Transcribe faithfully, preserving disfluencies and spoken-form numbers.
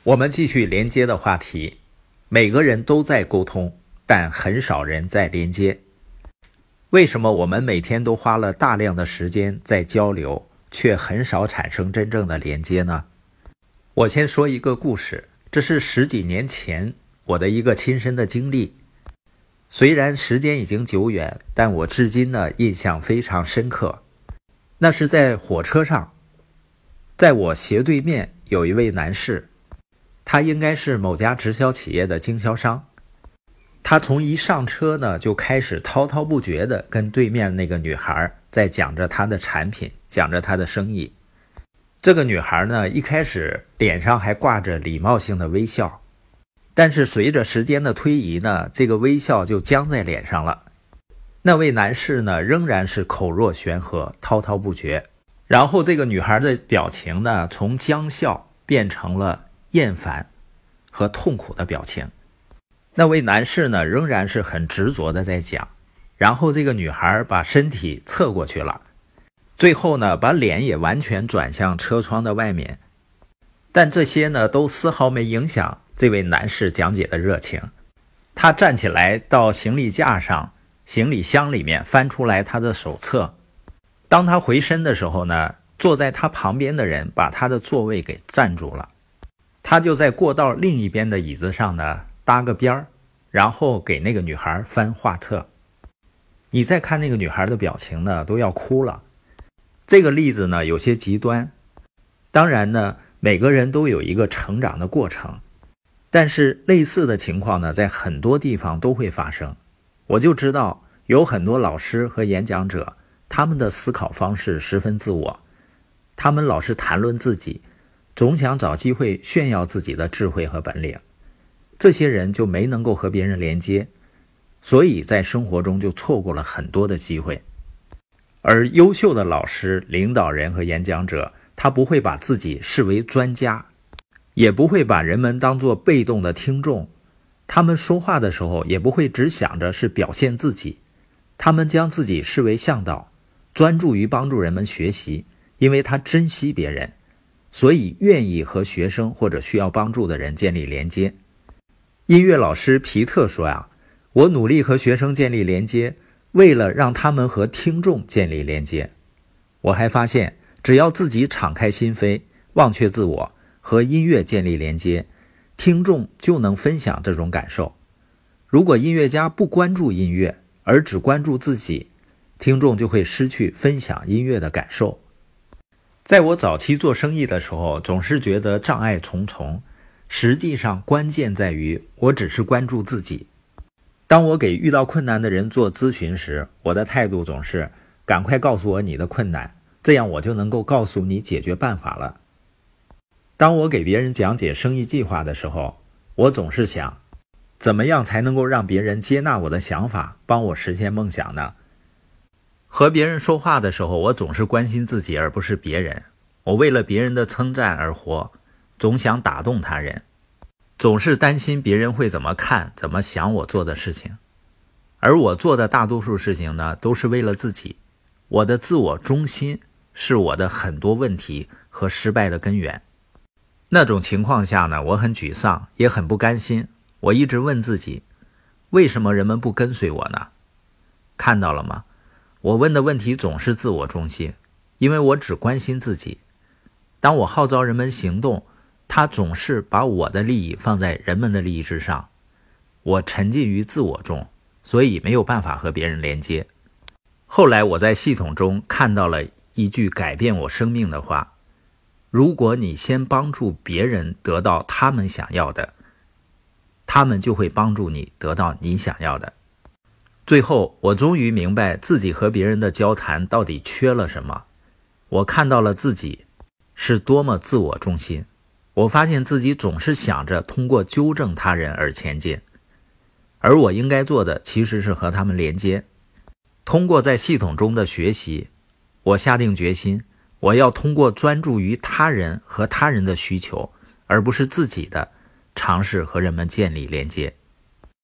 我们继续连接的话题，每个人都在沟通，但很少人在连接。为什么我们每天都花了大量的时间在交流，却很少产生真正的连接呢？我先说一个故事，这是十几年前我的一个亲身的经历。虽然时间已经久远，但我至今呢印象非常深刻。那是在火车上，在我斜对面有一位男士，他应该是某家直销企业的经销商。他从一上车呢，就开始滔滔不绝地跟对面那个女孩在讲着他的产品，讲着他的生意。这个女孩呢，一开始脸上还挂着礼貌性的微笑，但是随着时间的推移呢，这个微笑就僵在脸上了。那位男士呢，仍然是口若悬河，滔滔不绝。然后这个女孩的表情呢，从僵笑变成了厌烦和痛苦的表情。那位男士呢，仍然是很执着的在讲，然后这个女孩把身体侧过去了，最后呢，把脸也完全转向车窗的外面。但这些呢，都丝毫没影响这位男士讲解的热情。他站起来到行李架上，行李箱里面翻出来他的手册。当他回身的时候呢，坐在他旁边的人把他的座位给占住了。他就在过道另一边的椅子上呢搭个边儿，然后给那个女孩翻画册。你再看那个女孩的表情呢，都要哭了。这个例子呢有些极端，当然呢每个人都有一个成长的过程，但是类似的情况呢在很多地方都会发生。我就知道有很多老师和演讲者，他们的思考方式十分自我，他们老是谈论自己，总想找机会炫耀自己的智慧和本领。这些人就没能够和别人连接，所以在生活中就错过了很多的机会。而优秀的老师、领导人和演讲者，他不会把自己视为专家，也不会把人们当作被动的听众。他们说话的时候也不会只想着是表现自己，他们将自己视为向导，专注于帮助人们学习，因为他珍惜别人，所以愿意和学生或者需要帮助的人建立连接。音乐老师皮特说呀，我努力和学生建立连接，为了让他们和听众建立连接。我还发现，只要自己敞开心扉，忘却自我，和音乐建立连接，听众就能分享这种感受。如果音乐家不关注音乐，而只关注自己，听众就会失去分享音乐的感受。在我早期做生意的时候，总是觉得障碍重重，实际上关键在于我只是关注自己。当我给遇到困难的人做咨询时，我的态度总是赶快告诉我你的困难，这样我就能够告诉你解决办法了。当我给别人讲解生意计划的时候，我总是想怎么样才能够让别人接纳我的想法，帮我实现梦想呢？和别人说话的时候，我总是关心自己而不是别人。我为了别人的称赞而活，总想打动他人，总是担心别人会怎么看、怎么想我做的事情。而我做的大多数事情呢，都是为了自己。我的自我中心是我的很多问题和失败的根源。那种情况下呢，我很沮丧，也很不甘心。我一直问自己，为什么人们不跟随我呢？看到了吗？我问的问题总是自我中心，因为我只关心自己。当我号召人们行动，他总是把我的利益放在人们的利益之上。我沉浸于自我中，所以没有办法和别人连接。后来我在系统中看到了一句改变我生命的话，如果你先帮助别人得到他们想要的，他们就会帮助你得到你想要的。最后，我终于明白自己和别人的交谈到底缺了什么。我看到了自己是多么自我中心。我发现自己总是想着通过纠正他人而前进，而我应该做的其实是和他们连接。通过在系统中的学习，我下定决心，我要通过专注于他人和他人的需求，而不是自己的，尝试和人们建立连接。